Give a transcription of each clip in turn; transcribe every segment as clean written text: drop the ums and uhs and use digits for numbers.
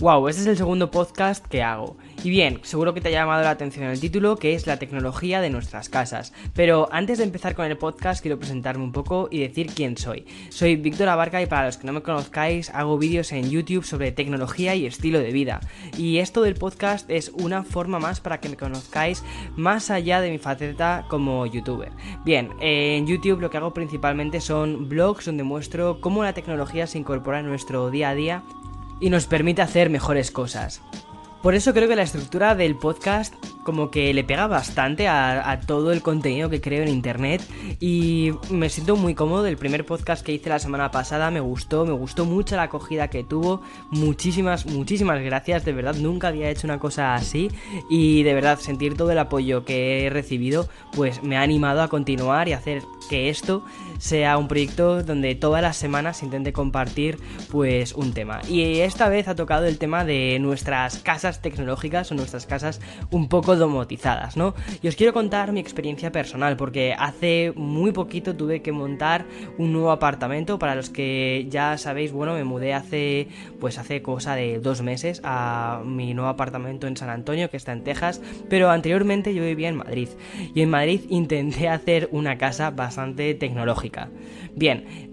Wow, este es el segundo podcast que hago. Y bien, seguro que te ha llamado la atención el título, que es la tecnología de nuestras casas. Pero antes de empezar con el podcast, quiero presentarme un poco y decir quién soy. Soy Víctor Abarca y para los que no me conozcáis, hago vídeos en YouTube sobre tecnología y estilo de vida. Y esto del podcast es una forma más para que me conozcáis más allá de mi faceta como youtuber. Bien, en YouTube lo que hago principalmente son vlogs donde muestro cómo la tecnología se incorpora en nuestro día a día y nos permite hacer mejores cosas. Por eso creo que la estructura del podcast como que le pega bastante a todo el contenido que creo en internet y me siento muy cómodo. El primer podcast que hice la semana pasada me gustó mucho la acogida que tuvo. Muchísimas gracias, de verdad nunca había hecho una cosa así y de verdad sentir todo el apoyo que he recibido pues me ha animado a continuar y hacer que esto sea un proyecto donde todas las semanas intente compartir pues un tema. Y esta vez ha tocado el tema de nuestras casas tecnológicas o nuestras casas un poco domotizadas, ¿no? Y os quiero contar mi experiencia personal porque hace muy poquito tuve que montar un nuevo apartamento. Para los que ya sabéis, bueno, me mudé hace cosa de 2 meses a mi nuevo apartamento en San Antonio, que está en Texas, pero anteriormente yo vivía en Madrid y en Madrid intenté hacer una casa bastante tecnológica. Bien,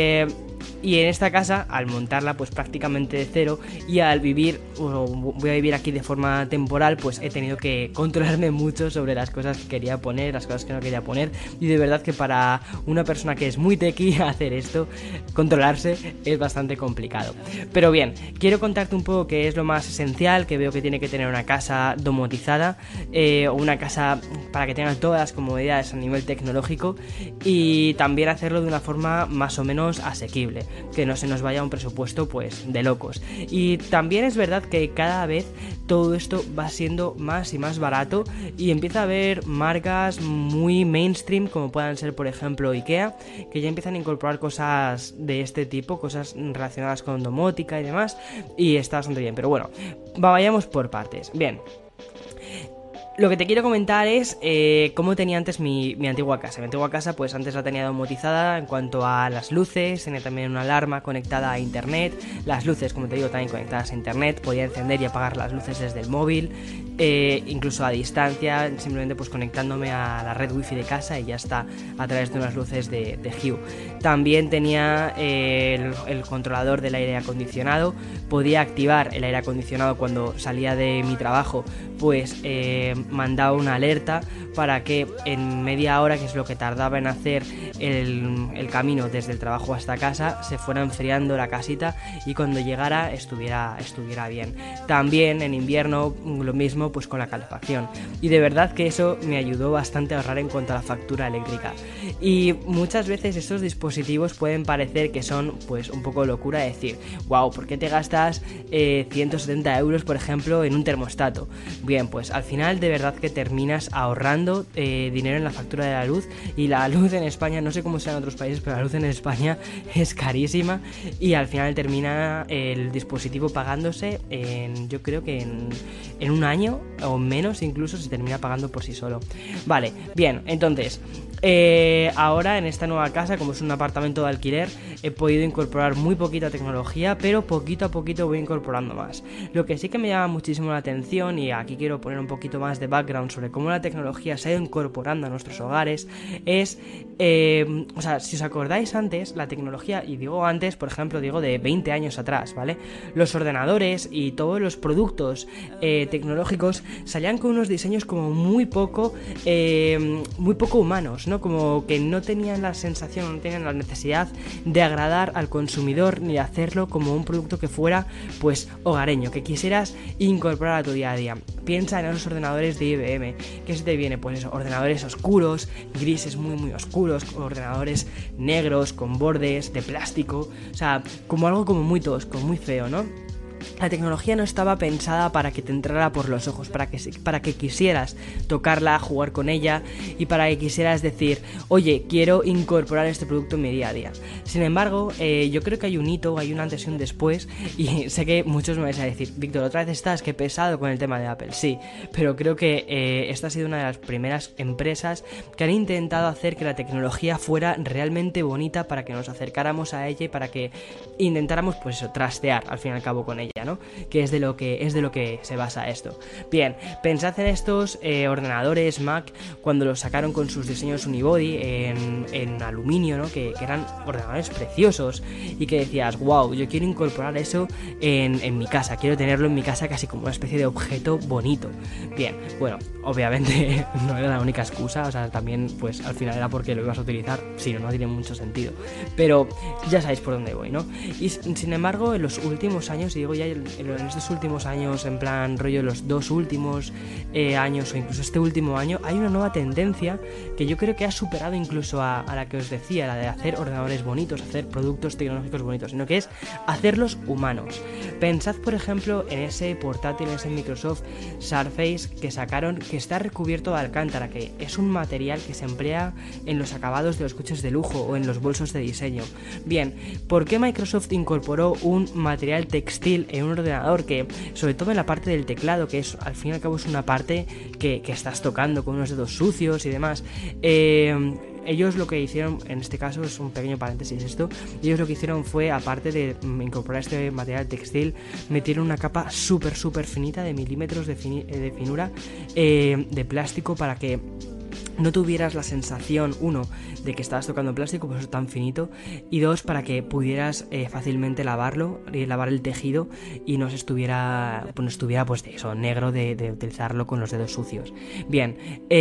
y en esta casa, al montarla pues prácticamente de cero y al voy a vivir aquí de forma temporal, pues he tenido que controlarme mucho sobre las cosas que quería poner, las cosas que no quería poner, y de verdad que para una persona que es muy techie hacer esto, controlarse es bastante complicado. Pero bien, quiero contarte un poco qué es lo más esencial que veo que tiene que tener una casa domotizada, o una casa para que tenga todas las comodidades a nivel tecnológico y también hacerlo de una forma más o menos asequible, que no se nos vaya un presupuesto pues de locos. Y también es verdad que cada vez todo esto va siendo más y más barato y empieza a haber marcas muy mainstream como puedan ser por ejemplo IKEA, que ya empiezan a incorporar cosas de este tipo, cosas relacionadas con domótica y demás, y está bastante bien. Pero bueno, vayamos por partes. Bien, lo que te quiero comentar es cómo tenía antes mi antigua casa. Mi antigua casa pues antes la tenía domotizada en cuanto a las luces, tenía también una alarma conectada a internet, las luces, como te digo, también conectadas a internet, podía encender y apagar las luces desde el móvil, incluso a distancia, simplemente pues conectándome a la red wifi de casa y ya está, a través de unas luces de Hue. También tenía el controlador del aire acondicionado, podía activar el aire acondicionado cuando salía de mi trabajo, pues mandaba una alerta para que en media hora, que es lo que tardaba en hacer el camino desde el trabajo hasta casa, se fuera enfriando la casita y cuando llegara estuviera bien. También en invierno lo mismo pues con la calefacción, y de verdad que eso me ayudó bastante a ahorrar en cuanto a la factura eléctrica. Y muchas veces estos dispositivos pueden parecer que son pues un poco locura decir, wow, ¿por qué te gastas 170 euros por ejemplo en un termostato? Bien, pues al final de verdad que terminas ahorrando dinero en la factura de la luz, y la luz en España, no sé cómo sea en otros países, pero la luz en España es carísima y al final termina el dispositivo pagándose yo creo que en un año o menos, incluso se termina pagando por sí solo. Vale, bien, entonces ahora en esta nueva casa, como es un apartamento de alquiler, he podido incorporar muy poquita tecnología, pero poquito a poquito voy incorporando más. Lo que sí que me llama muchísimo la atención, y aquí quiero poner un poquito más de background sobre cómo la tecnología se ha ido incorporando a nuestros hogares, es, si os acordáis antes, la tecnología, y digo antes, por ejemplo, digo de 20 años atrás, ¿vale? Los ordenadores y todos los productos tecnológicos salían con unos diseños como muy poco humanos, ¿no? Como que no tenían la sensación, no tenían la necesidad de agradar al consumidor ni de hacerlo como un producto que fuera pues hogareño, que quisieras incorporar a tu día a día. Piensa en los ordenadores de IBM, ¿qué se te viene? Pues eso, ordenadores oscuros, grises muy oscuros, ordenadores negros con bordes de plástico, o sea, como algo como muy tosco, muy feo, ¿no? La tecnología no estaba pensada para que te entrara por los ojos, para que quisieras tocarla, jugar con ella y para que quisieras decir, oye, quiero incorporar este producto en mi día a día. Sin embargo, yo creo que hay un hito, hay un antes y un después, y sé que muchos me vais a decir, Víctor, otra vez estás, qué pesado con el tema de Apple. Sí, pero creo que esta ha sido una de las primeras empresas que han intentado hacer que la tecnología fuera realmente bonita para que nos acercáramos a ella y para que intentáramos, pues eso, trastear al fin y al cabo con ella. ¿no? Que es de lo que se basa esto. Bien, pensad en estos ordenadores Mac cuando los sacaron con sus diseños unibody en aluminio, ¿no? Que eran ordenadores preciosos y que decías, wow, yo quiero incorporar eso en mi casa, quiero tenerlo en mi casa casi como una especie de objeto bonito. Bien, bueno, obviamente no era la única excusa, o sea, también pues al final era porque lo ibas a utilizar, si no, no tiene mucho sentido. Pero ya sabéis por dónde voy, ¿no? Y sin embargo, en los últimos años, y digo ya en estos últimos años, en plan rollo los 2 últimos años o incluso este último año, hay una nueva tendencia que yo creo que ha superado incluso a la que os decía, la de hacer ordenadores bonitos, hacer productos tecnológicos bonitos, sino que es hacerlos humanos. Pensad, por ejemplo, en ese portátil, en ese Microsoft Surface que sacaron, que está recubierto de alcántara, que es un material que se emplea en los acabados de los coches de lujo o en los bolsos de diseño. Bien, ¿por qué Microsoft incorporó un material textil en un ordenador que, sobre todo en la parte del teclado, que es al fin y al cabo es una parte que estás tocando con unos dedos sucios y demás? Ellos lo que hicieron, en este caso es un pequeño paréntesis esto, ellos lo que hicieron fue, aparte de incorporar este material textil, metieron una capa súper finita de milímetros de finura de plástico para que no tuvieras la sensación, uno, de que estabas tocando plástico, por eso tan finito, y dos, para que pudieras fácilmente lavarlo, lavar el tejido y no estuviera pues de eso, negro de utilizarlo con los dedos sucios. Bien,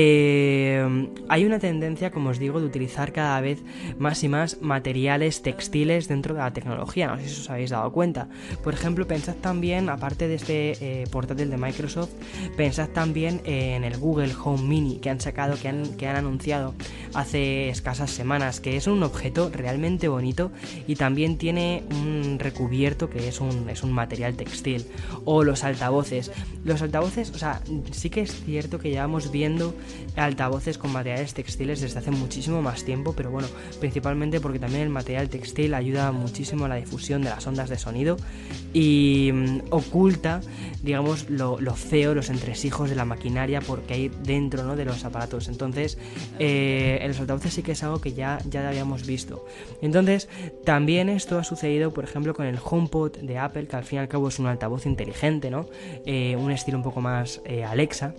hay una tendencia, como os digo, de utilizar cada vez más y más materiales textiles dentro de la tecnología, no sé si os habéis dado cuenta. Por ejemplo, pensad también, aparte de este portátil de Microsoft, pensad también en el Google Home Mini que han sacado, que han anunciado hace escasas semanas, que es un objeto realmente bonito y también tiene un recubierto que es un material textil. O los altavoces, o sea, sí que es cierto que llevamos viendo altavoces con materiales textiles desde hace muchísimo más tiempo, pero bueno, principalmente porque también el material textil ayuda muchísimo a la difusión de las ondas de sonido y oculta, digamos, lo feo, los entresijos de la maquinaria porque hay dentro, ¿no?, de los aparatos. Entonces, en los altavoces sí que es algo que ya habíamos visto. Entonces, también esto ha sucedido, por ejemplo, con el HomePod de Apple, que al fin y al cabo es un altavoz inteligente, ¿no? Un estilo un poco más Alexa.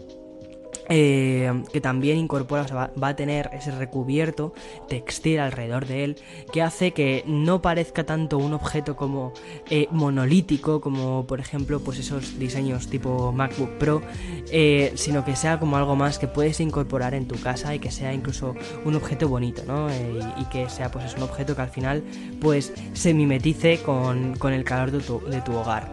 Que también incorpora, o sea, va a tener ese recubierto textil alrededor de él que hace que no parezca tanto un objeto como monolítico, como por ejemplo pues esos diseños tipo MacBook Pro, sino que sea como algo más que puedes incorporar en tu casa y que sea incluso un objeto bonito, ¿no? Y que sea pues es un objeto que al final pues se mimetice con el calor de tu hogar.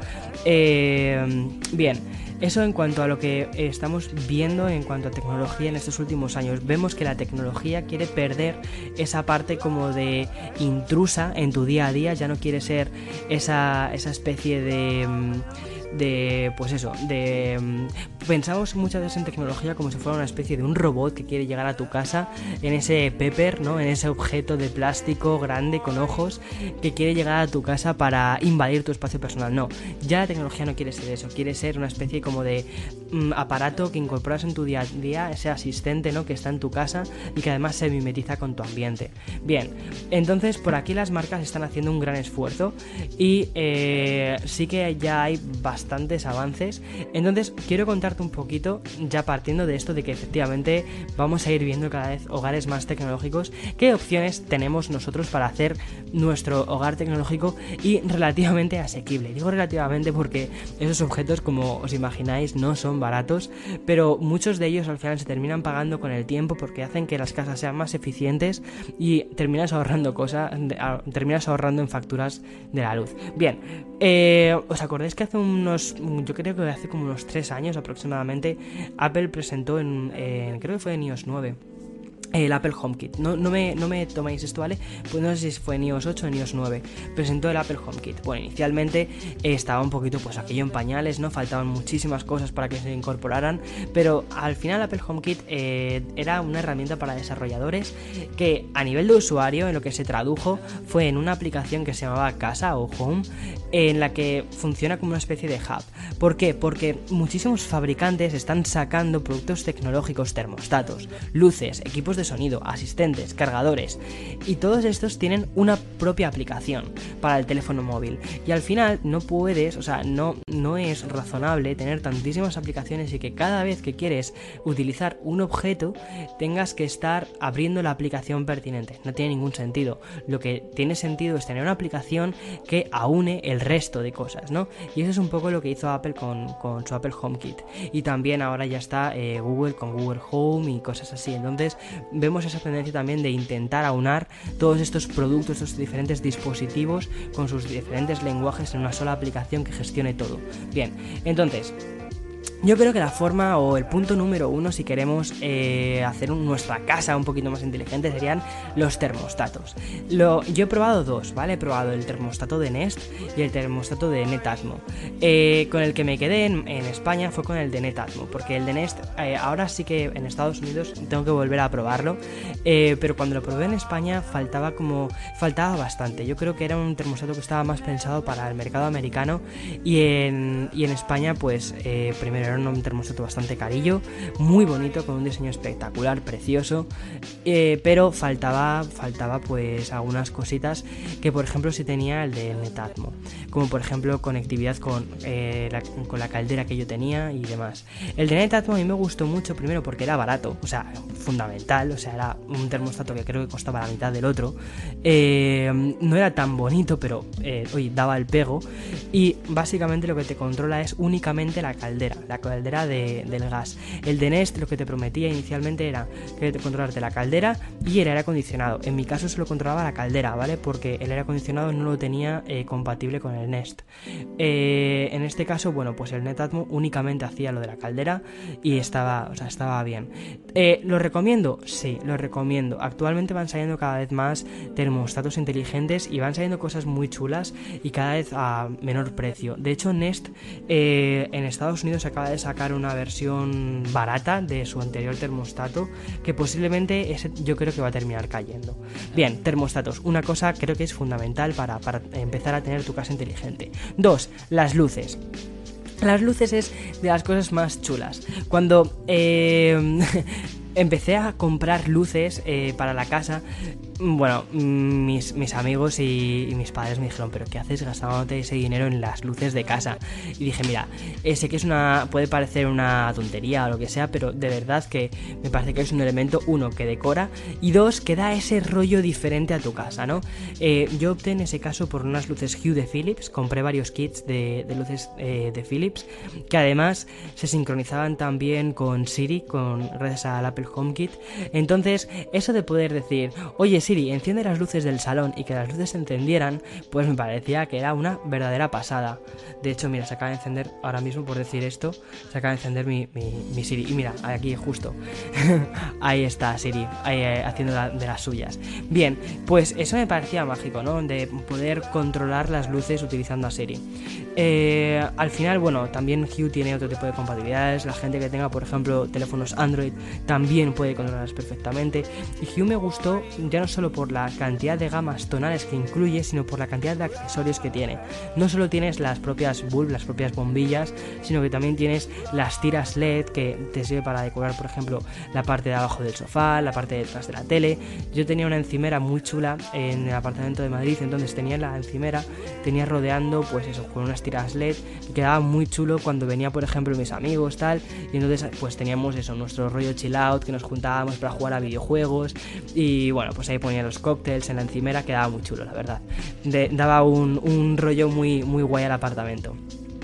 Bien, eso en cuanto a lo que estamos viendo en cuanto a tecnología en estos últimos años. Vemos que la tecnología quiere perder esa parte como de intrusa en tu día a día, ya no quiere ser esa especie pensamos muchas veces en tecnología como si fuera una especie de un robot que quiere llegar a tu casa en ese Pepper, ¿no?, en ese objeto de plástico grande con ojos que quiere llegar a tu casa para invadir tu espacio personal. No, ya la tecnología no quiere ser eso, quiere ser una especie como de aparato que incorporas en tu día a día, ese asistente, ¿no?, que está en tu casa y que además se mimetiza con tu ambiente. Bien, entonces por aquí las marcas están haciendo un gran esfuerzo y sí que ya hay bastantes avances. Entonces quiero contarte un poquito, ya partiendo de esto de que efectivamente vamos a ir viendo cada vez hogares más tecnológicos, qué opciones tenemos nosotros para hacer nuestro hogar tecnológico y relativamente asequible. Digo relativamente porque esos objetos, como os imagináis, no son baratos, pero muchos de ellos al final se terminan pagando con el tiempo porque hacen que las casas sean más eficientes y terminas ahorrando en facturas de la luz. Bien, ¿os acordáis que yo creo que hace como unos 3 años aproximadamente, Apple presentó creo que fue en iOS 9, el Apple HomeKit? No me toméis esto, ¿vale? Pues no sé si fue en iOS 8 o en iOS 9. Presentó el Apple HomeKit. Bueno, inicialmente estaba un poquito pues aquello en pañales, ¿no? Faltaban muchísimas cosas para que se incorporaran, pero al final Apple HomeKit era una herramienta para desarrolladores que a nivel de usuario, en lo que se tradujo fue en una aplicación que se llamaba Casa o Home, en la que funciona como una especie de hub. ¿Por qué? Porque muchísimos fabricantes están sacando productos tecnológicos, termostatos, luces, equipos de sonido, asistentes, cargadores, y todos estos tienen una propia aplicación para el teléfono móvil. Y al final no puedes, o sea, no es razonable tener tantísimas aplicaciones y que cada vez que quieres utilizar un objeto tengas que estar abriendo la aplicación pertinente. No tiene ningún sentido. Lo que tiene sentido es tener una aplicación que aúne el resto de cosas, ¿no? Y eso es un poco lo que hizo Apple con su Apple HomeKit. Y también ahora ya está Google con Google Home y cosas así. Entonces vemos esa tendencia también de intentar aunar todos estos productos, estos diferentes dispositivos con sus diferentes lenguajes en una sola aplicación que gestione todo. Bien, entonces yo creo que la forma o el punto número 1 si queremos hacer nuestra casa un poquito más inteligente serían los termostatos. Yo he probado dos, ¿vale? He probado el termostato de Nest y el termostato de Netatmo. Con el que me quedé en España fue con el de Netatmo, porque el de Nest ahora sí que en Estados Unidos tengo que volver a probarlo, pero cuando lo probé en España faltaba bastante. Yo creo que era un termostato que estaba más pensado para el mercado americano y en España pues primero era un termostato bastante carillo, muy bonito, con un diseño espectacular, precioso, pero faltaba pues algunas cositas que por ejemplo sí tenía el de Netatmo, como por ejemplo conectividad con la caldera que yo tenía y demás. El de Netatmo a mí me gustó mucho, primero porque era barato, o sea, fundamental, o sea, era un termostato que creo que costaba la mitad del otro, no era tan bonito, pero daba el pego, y básicamente lo que te controla es únicamente la caldera del gas. El de Nest lo que te prometía inicialmente era que controlarte la caldera y el aire acondicionado. En mi caso solo controlaba la caldera, ¿vale? Porque el aire acondicionado no lo tenía compatible con el Nest. En este caso, bueno, pues el Netatmo únicamente hacía lo de la caldera y estaba bien. ¿Lo recomiendo? Sí, lo recomiendo. Actualmente van saliendo cada vez más termostatos inteligentes y van saliendo cosas muy chulas y cada vez a menor precio. De hecho, Nest en Estados Unidos acaba de sacar una versión barata de su anterior termostato que posiblemente yo creo que va a terminar cayendo. Bien, termostatos, una cosa creo que es fundamental para empezar a tener tu casa inteligente. 2, las luces. Las luces es de las cosas más chulas. Cuando empecé a comprar luces para la casa, bueno, mis amigos y mis padres me dijeron, ¿pero qué haces gastándote ese dinero en las luces de casa? Y dije, mira, sé que puede parecer una tontería o lo que sea, pero de verdad que me parece que es un elemento, uno, que decora, y dos, que da ese rollo diferente a tu casa, ¿no? Yo opté en ese caso por unas luces Hue de Philips, compré varios kits de luces de Philips, que además se sincronizaban también con Siri, gracias al Apple HomeKit. Entonces, eso de poder decir, oye Siri, enciende las luces del salón, y que las luces se encendieran, pues me parecía que era una verdadera pasada. De hecho, mira, se acaba de encender ahora mismo, por decir esto, se acaba de encender mi Siri, y mira, aquí justo ahí está Siri, haciendo de las suyas. Bien, pues eso me parecía mágico, ¿no? De poder controlar las luces utilizando a Siri. Al final, bueno, también Hue tiene otro tipo de compatibilidades. La gente que tenga, por ejemplo, teléfonos Android también puede controlarlas perfectamente. Y Hue me gustó ya no solo por la cantidad de gamas tonales que incluye, sino por la cantidad de accesorios que tiene. No solo tienes las propias bulbs, las propias bombillas, sino que también tienes las tiras LED que te sirve para decorar, por ejemplo, la parte de abajo del sofá, la parte de detrás de la tele. Yo tenía una encimera muy chula en el apartamento de Madrid, entonces tenía la encimera, tenía rodeando, pues eso, con unas tiras LED, y quedaba muy chulo cuando venía, por ejemplo, mis amigos, tal, y entonces pues teníamos eso, nuestro rollo chill out, que nos juntábamos para jugar a videojuegos, y bueno, pues ahí ponía los cócteles en la encimera, quedaba muy chulo, la verdad. Daba un rollo muy, muy guay al apartamento.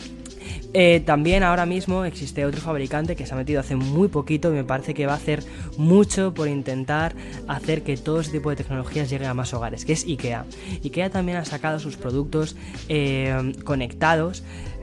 También ahora mismo existe otro fabricante que se ha metido hace muy poquito y me parece que va a hacer mucho por intentar hacer que todo ese tipo de tecnologías lleguen a más hogares, que es IKEA. IKEA también ha sacado sus productos conectados,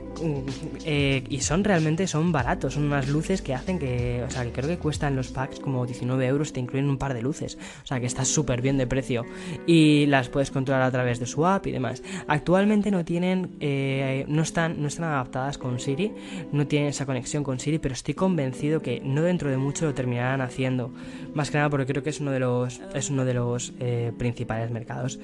y son baratos, son unas luces que hacen que creo que cuestan los packs como 19 euros, te incluyen un par de luces, o sea que está súper bien de precio y las puedes controlar a través de su app y demás. Actualmente no están adaptadas con Siri, no tienen esa conexión con Siri, pero estoy convencido que no dentro de mucho lo terminarán haciendo, más que nada porque creo que es uno de los principales mercados.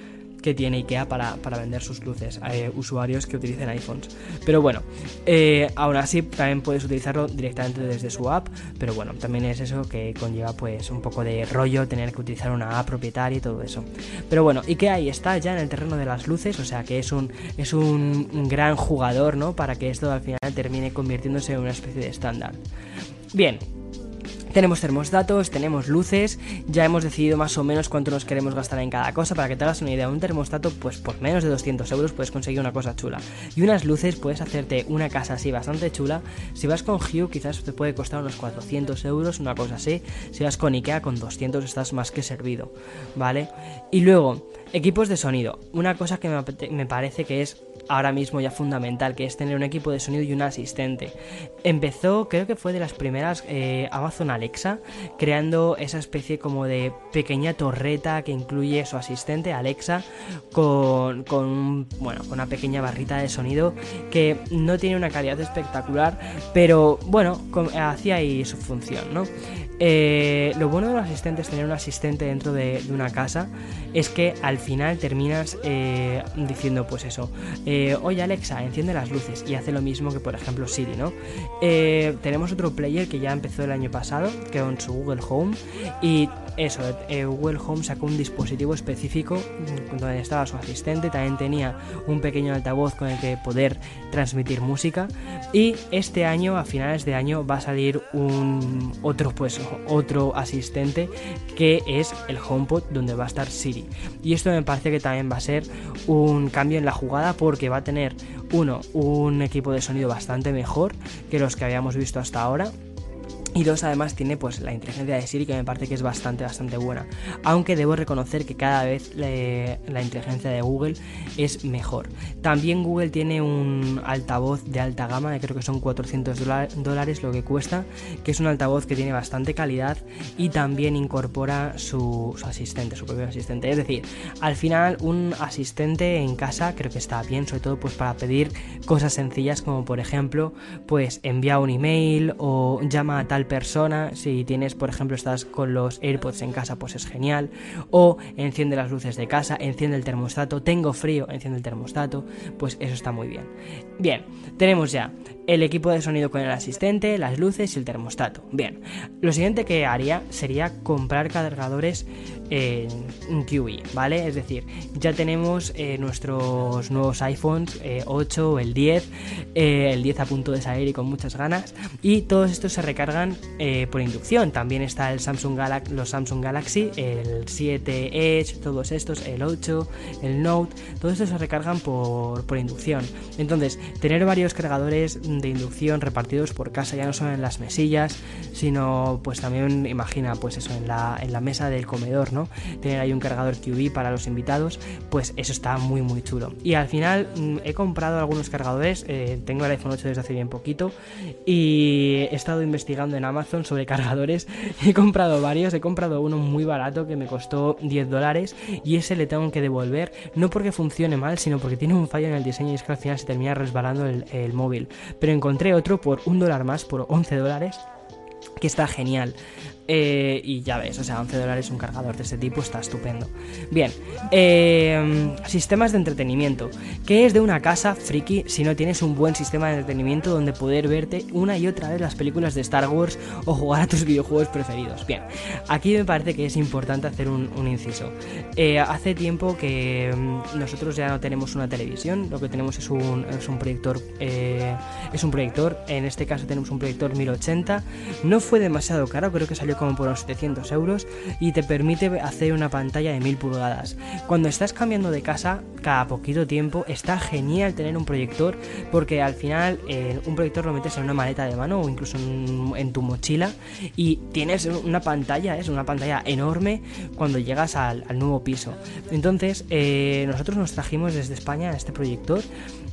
que tiene IKEA para vender sus luces a usuarios que utilicen iPhones. Pero bueno, aún así también puedes utilizarlo directamente desde su app, pero bueno, también es eso que conlleva pues un poco de rollo tener que utilizar una app propietaria y todo eso. Pero bueno, IKEA ahí está ya en el terreno de las luces, o sea que es un gran jugador, ¿no? Para que esto al final termine convirtiéndose en una especie de estándar. Bien. Tenemos termostatos, tenemos luces, ya hemos decidido más o menos cuánto nos queremos gastar en cada cosa. Para que te hagas una idea, un termostato, pues por menos de 200 euros puedes conseguir una cosa chula. Y unas luces, puedes hacerte una casa así bastante chula. Si vas con Hue quizás te puede costar unos 400 euros, una cosa así. Si vas con IKEA con 200 estás más que servido, ¿vale? Y luego, equipos de sonido. Una cosa que me parece que es ahora mismo ya fundamental, que es tener un equipo de sonido y un asistente. Empezó, creo que fue de las primeras, Amazon Alexa, creando esa especie como de pequeña torreta que incluye su asistente Alexa con una pequeña barrita de sonido que no tiene una calidad espectacular, pero bueno, hacía ahí su función, ¿no? Lo bueno de los asistentes, tener un asistente dentro de una casa, es que al final terminas diciendo pues eso, oye Alexa, enciende las luces, y hace lo mismo que por ejemplo Siri, ¿no? Tenemos otro player que ya empezó el año pasado, que con su Google Home, y eso, Google Home sacó un dispositivo específico donde estaba su asistente, también tenía un pequeño altavoz con el que poder transmitir música, y este año, a finales de año, va a salir otro asistente que es el HomePod, donde va a estar Siri, y esto me parece que también va a ser un cambio en la jugada, porque va a tener un equipo de sonido bastante mejor que los que habíamos visto hasta ahora. Y dos, además tiene pues la inteligencia de Siri, que me parece que es bastante buena. Aunque debo reconocer que cada vez la inteligencia de Google es mejor. También Google tiene un altavoz de alta gama, que creo que son 400 dólares lo que cuesta, que es un altavoz que tiene bastante calidad y también incorpora su asistente, su propio asistente. Es decir, al final un asistente en casa creo que está bien, sobre todo pues para pedir cosas sencillas, como por ejemplo pues envía un email o llama a tal persona. Si tienes, por ejemplo, estás con los AirPods en casa, pues es genial. O enciende las luces de casa, enciende el termostato, tengo frío, enciende el termostato, pues eso está muy bien. Bien, tenemos ya el equipo de sonido con el asistente, las luces y el termostato. Bien, lo siguiente que haría sería comprar cargadores QI, ¿vale? Es decir, ya tenemos nuestros nuevos iPhones 8, el 10 a punto de salir y con muchas ganas, y todos estos se recargan por inducción. También está los Samsung Galaxy, el 7 Edge, todos estos, el 8, el Note, todos estos se recargan por inducción. Entonces, tener varios cargadores de inducción repartidos por casa, ya no solo en las mesillas, sino pues también, imagina, pues eso, en la mesa del comedor, ¿no? Tener ahí un cargador QV para los invitados, pues eso está muy chulo. Y al final he comprado algunos cargadores, tengo el iPhone 8 desde hace bien poquito y he estado investigando en Amazon sobre cargadores. He comprado varios, he comprado uno muy barato que me costó $10 y ese le tengo que devolver, no porque funcione mal, sino porque tiene un fallo en el diseño, y es que al final se termina resbalando el móvil. Pero encontré otro por $1 más, por $11, que está genial. Y ya ves, o sea, $11 un cargador de este tipo está estupendo. Bien, sistemas de entretenimiento. ¿Qué es de una casa friki si no tienes un buen sistema de entretenimiento donde poder verte una y otra vez las películas de Star Wars o jugar a tus videojuegos preferidos? Bien, aquí me parece que es importante hacer un inciso. Hace tiempo que nosotros ya no tenemos una televisión, lo que tenemos es un proyector. Es un proyector, en este caso tenemos un proyector 1080. No fue demasiado caro, creo que salió como por unos 700 euros y te permite hacer una pantalla de 1000 pulgadas. Cuando estás cambiando de casa cada poquito tiempo, está genial tener un proyector, porque al final un proyector lo metes en una maleta de mano o incluso en tu mochila y tienes una pantalla, es una pantalla enorme cuando llegas al nuevo piso. Entonces nosotros nos trajimos desde España este proyector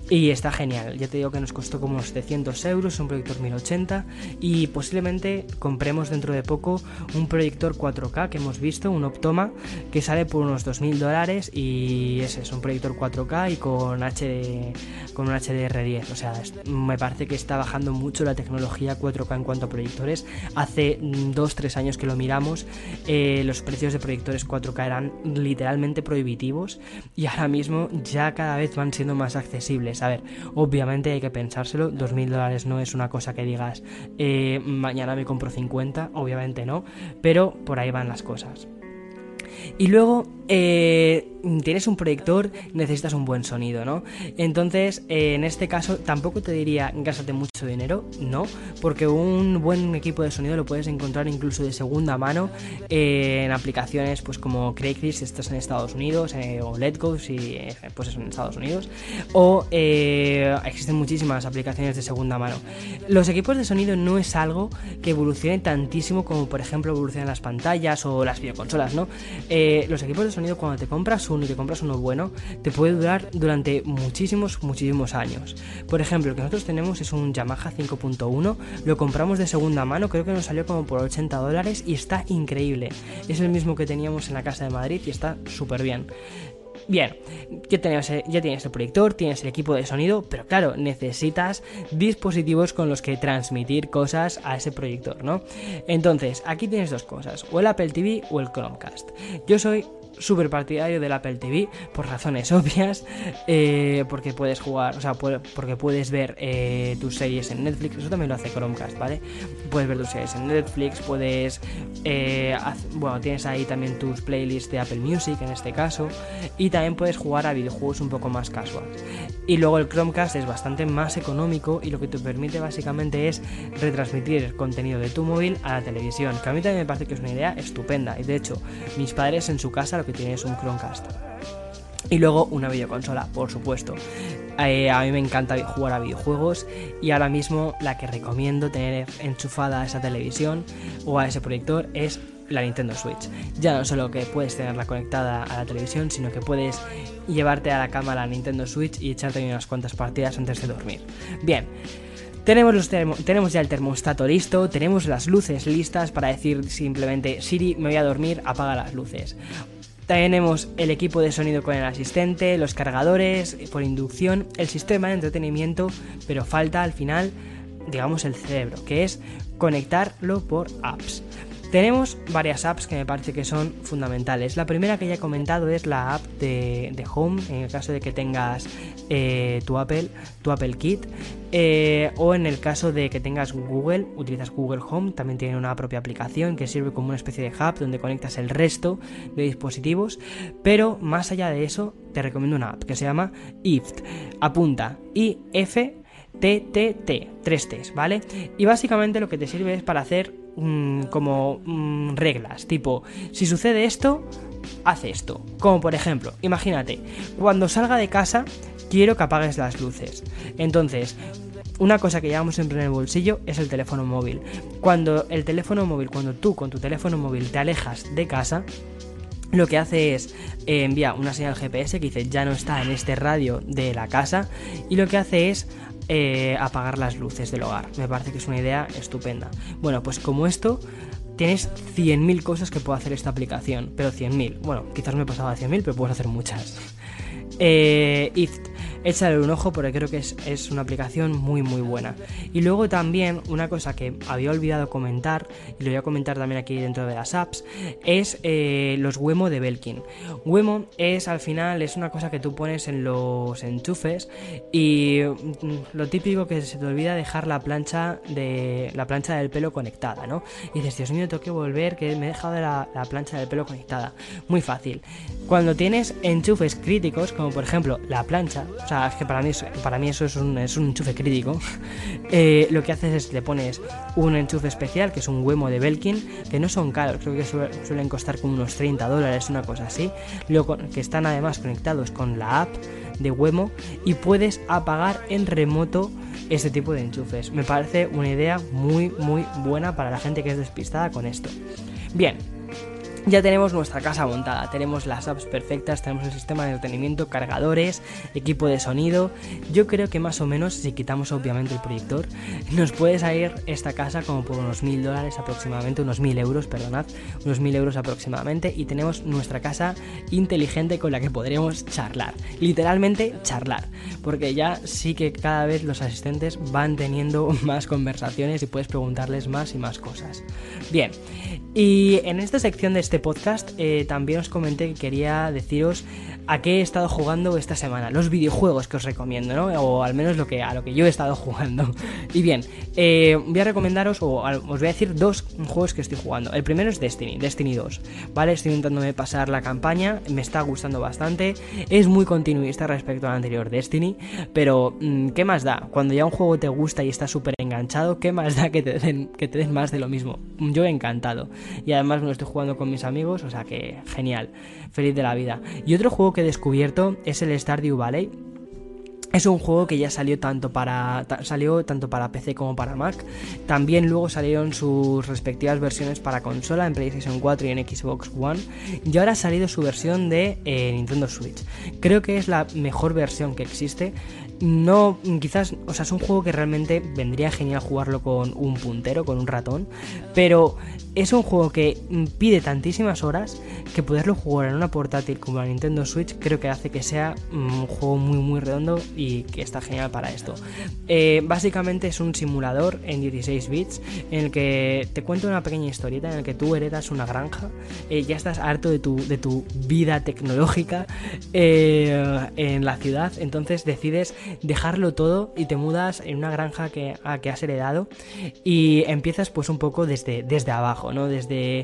y está genial. Ya te digo que nos costó como unos 700 euros, un proyector 1080, y posiblemente compremos dentro de poco un proyector 4K que hemos visto, un Optoma, que sale por unos $2000, y ese es un proyector 4K y con un HDR10. O sea, me parece que está bajando mucho la tecnología 4K en cuanto a proyectores. Hace 2-3 años que lo miramos, los precios de proyectores 4K eran literalmente prohibitivos, y ahora mismo ya cada vez van siendo más accesibles. A ver, obviamente hay que pensárselo, $2000 no es una cosa que digas mañana me compro 50, obviamente no, pero por ahí van las cosas. Y luego tienes un proyector, necesitas un buen sonido, ¿no? Entonces, en este caso tampoco te diría gástate mucho dinero, no, porque un buen equipo de sonido lo puedes encontrar incluso de segunda mano en aplicaciones pues como Craigslist si estás en Estados Unidos, o Letgo si pues eso, en Estados Unidos, o existen muchísimas aplicaciones de segunda mano. Los equipos de sonido no es algo que evolucione tantísimo como por ejemplo evolucionan las pantallas o las videoconsolas, ¿no? Los equipos de sonido, cuando te compras uno y te compras uno bueno, te puede durar durante muchísimos años. Por ejemplo, el que nosotros tenemos es un Yamaha 5.1, lo compramos de segunda mano, creo que nos salió como por $80 y está increíble. Es el mismo que teníamos en la casa de Madrid y está súper bien. Bien, ya tienes el proyector, tienes el equipo de sonido, pero claro, necesitas dispositivos con los que transmitir cosas a ese proyector, ¿no? Entonces, aquí tienes dos cosas, o el Apple TV o el Chromecast. Yo soy súper partidario del Apple TV por razones obvias, porque puedes jugar, o sea, porque puedes ver tus series en Netflix. Eso también lo hace Chromecast, ¿vale? Puedes ver tus series en Netflix, puedes tienes ahí también tus playlists de Apple Music en este caso, y también puedes jugar a videojuegos un poco más casuales. Y luego el Chromecast es bastante más económico y lo que te permite básicamente es retransmitir el contenido de tu móvil a la televisión, que a mí también me parece que es una idea estupenda, y de hecho mis padres en su casa lo que tienen es un Chromecast. Y luego una videoconsola, por supuesto. A mí me encanta jugar a videojuegos, y ahora mismo la que recomiendo tener enchufada a esa televisión o a ese proyector es la Nintendo Switch. Ya no solo que puedes tenerla conectada a la televisión, sino que puedes llevarte a la cama la Nintendo Switch y echarte unas cuantas partidas antes de dormir. Bien, tenemos ya el termostato listo, tenemos las luces listas para decir simplemente Siri, me voy a dormir, apaga las luces. Tenemos el equipo de sonido con el asistente, los cargadores por inducción, el sistema de entretenimiento, pero falta al final, digamos, el cerebro, que es conectarlo por apps. Tenemos varias apps que me parece que son fundamentales. La primera que ya he comentado es la app de Home, en el caso de que tengas tu Apple Kit, o en el caso de que tengas Google, utilizas Google Home, también tiene una propia aplicación que sirve como una especie de hub donde conectas el resto de dispositivos. Pero más allá de eso, te recomiendo una app que se llama IFTTT, apunta IFTTT, 3 T's, ¿vale? Y básicamente lo que te sirve es para hacer reglas, tipo, si sucede esto, hace esto. Como por ejemplo, imagínate, cuando salga de casa quiero que apagues las luces. Entonces, una cosa que llevamos siempre en el bolsillo es el teléfono móvil. Cuando tú con tu teléfono móvil te alejas de casa, lo que hace es envía una señal GPS que dice ya no está en este radio de la casa, y lo que hace es apagar las luces del hogar. Me parece que es una idea estupenda. Bueno, pues como esto, tienes 100.000 cosas que puede hacer esta aplicación, pero 100.000, bueno, quizás me he pasado a 100.000, pero puedes hacer muchas. Échale un ojo porque creo que es una aplicación muy buena. Y luego también una cosa que había olvidado comentar, y lo voy a comentar también aquí dentro de las apps, es los Wemo de Belkin. Wemo al final es una cosa que tú pones en los enchufes, y lo típico que se te olvida dejar la plancha del pelo conectada, ¿no? Y dices, Dios mío, tengo que volver, que me he dejado la plancha del pelo conectada. Muy fácil. Cuando tienes enchufes críticos, como por ejemplo la plancha, o sea, es que para mí eso es un enchufe crítico, lo que haces es le pones un enchufe especial, que es un Wemo de Belkin, que no son caros, creo que suelen costar como unos $30, una cosa así, que están además conectados con la app de Wemo, y puedes apagar en remoto este tipo de enchufes. Me parece una idea muy buena para la gente que es despistada con esto. Bien, ya tenemos nuestra casa montada, tenemos las apps perfectas, tenemos el sistema de entretenimiento, cargadores, equipo de sonido. Yo creo que más o menos, si quitamos obviamente el proyector, nos puede salir esta casa como por unos $1.000 aproximadamente, unos 1.000 euros, perdonad, unos 1.000 euros aproximadamente, y tenemos nuestra casa inteligente con la que podremos charlar, literalmente charlar, porque ya sí que cada vez los asistentes van teniendo más conversaciones y puedes preguntarles más y más cosas. Bien, y en esta sección de este podcast también os comenté que quería deciros a qué he estado jugando esta semana, los videojuegos que os recomiendo, ¿no? O al menos a lo que yo he estado jugando. Y bien, voy a recomendaros, os voy a decir 2 juegos que estoy jugando. El primero es Destiny 2, ¿vale? Estoy intentándome pasar la campaña, me está gustando bastante, es muy continuista respecto al anterior Destiny, pero ¿qué más da? Cuando ya un juego te gusta y estás súper enganchado, ¿qué más da que te den más de lo mismo? Yo he encantado, y además me lo estoy jugando con mis amigos, o sea que genial, feliz de la vida. Y otro juego que he descubierto es el Stardew Valley. Es un juego que ya salió tanto para PC como para Mac. También luego salieron sus respectivas versiones para consola en PlayStation 4 y en Xbox One. Y ahora ha salido su versión de Nintendo Switch. Creo que es la mejor versión que existe. No, quizás, o sea, es un juego que realmente vendría genial jugarlo con un puntero, con un ratón, pero es un juego que pide tantísimas horas que poderlo jugar en una portátil como la Nintendo Switch creo que hace que sea un juego muy muy redondo y que está genial para esto. Básicamente es un simulador en 16 bits en el que te cuento una pequeña historieta en el que tú heredas una granja, ya estás harto de tu vida tecnológica en la ciudad, entonces decides dejarlo todo y te mudas en una granja que has heredado y empiezas pues un poco desde abajo, ¿no? Desde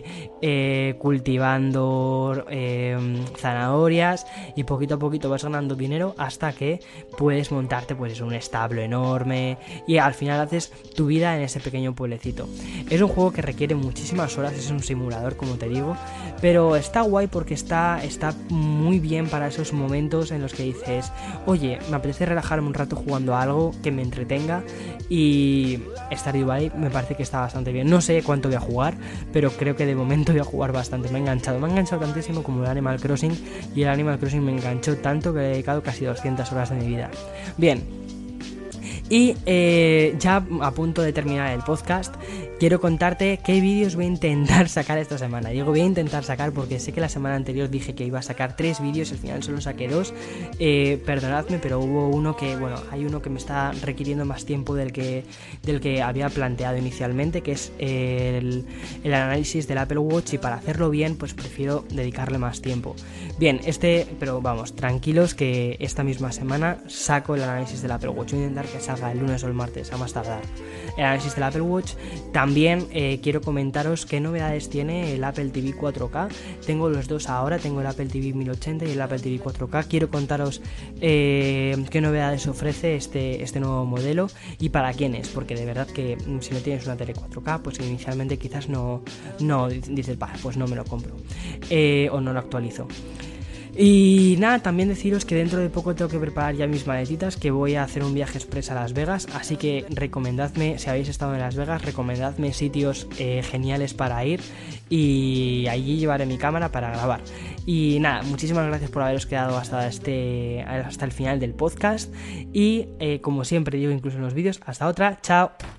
cultivando zanahorias y poquito a poquito vas ganando dinero hasta que puedes montarte pues un establo enorme y al final haces tu vida en ese pequeño pueblecito. Es un juego que requiere muchísimas horas, es un simulador como te digo, pero está guay porque está muy bien para esos momentos en los que dices, oye, me apetece relajarme un rato jugando a algo que me entretenga, y Stardew Valley me parece que está bastante bien. No sé cuánto voy a jugar, pero creo que de momento voy a jugar bastante. Me ha enganchado tantísimo como el Animal Crossing, y el Animal Crossing me enganchó tanto que le he dedicado casi 200 horas de mi vida. Bien, y ya a punto de terminar el podcast, quiero contarte qué vídeos voy a intentar sacar esta semana. Digo voy a intentar sacar porque sé que la semana anterior dije que iba a sacar 3 vídeos, al final solo saqué 2. Perdonadme, pero hubo uno que, hay uno que me está requiriendo más tiempo del que había planteado inicialmente, que es el análisis del Apple Watch, y para hacerlo bien pues prefiero dedicarle más tiempo. Bien, pero vamos, tranquilos que esta misma semana saco el análisis del Apple Watch. Voy a intentar que salga el lunes o el martes a más tardar el análisis del Apple Watch. También quiero comentaros qué novedades tiene el Apple TV 4K. Tengo los dos ahora, tengo el Apple TV 1080 y el Apple TV 4K. Quiero contaros qué novedades ofrece este nuevo modelo y para quién es, porque de verdad que si no tienes una tele 4K, pues inicialmente quizás no dices, pues no me lo compro o no lo actualizo. Y nada, también deciros que dentro de poco tengo que preparar ya mis maletitas, que voy a hacer un viaje express a Las Vegas, así que recomendadme, si habéis estado en Las Vegas, recomendadme sitios geniales para ir, y allí llevaré mi cámara para grabar. Y nada, muchísimas gracias por haberos quedado hasta el final del podcast, y como siempre digo incluso en los vídeos, hasta otra, chao.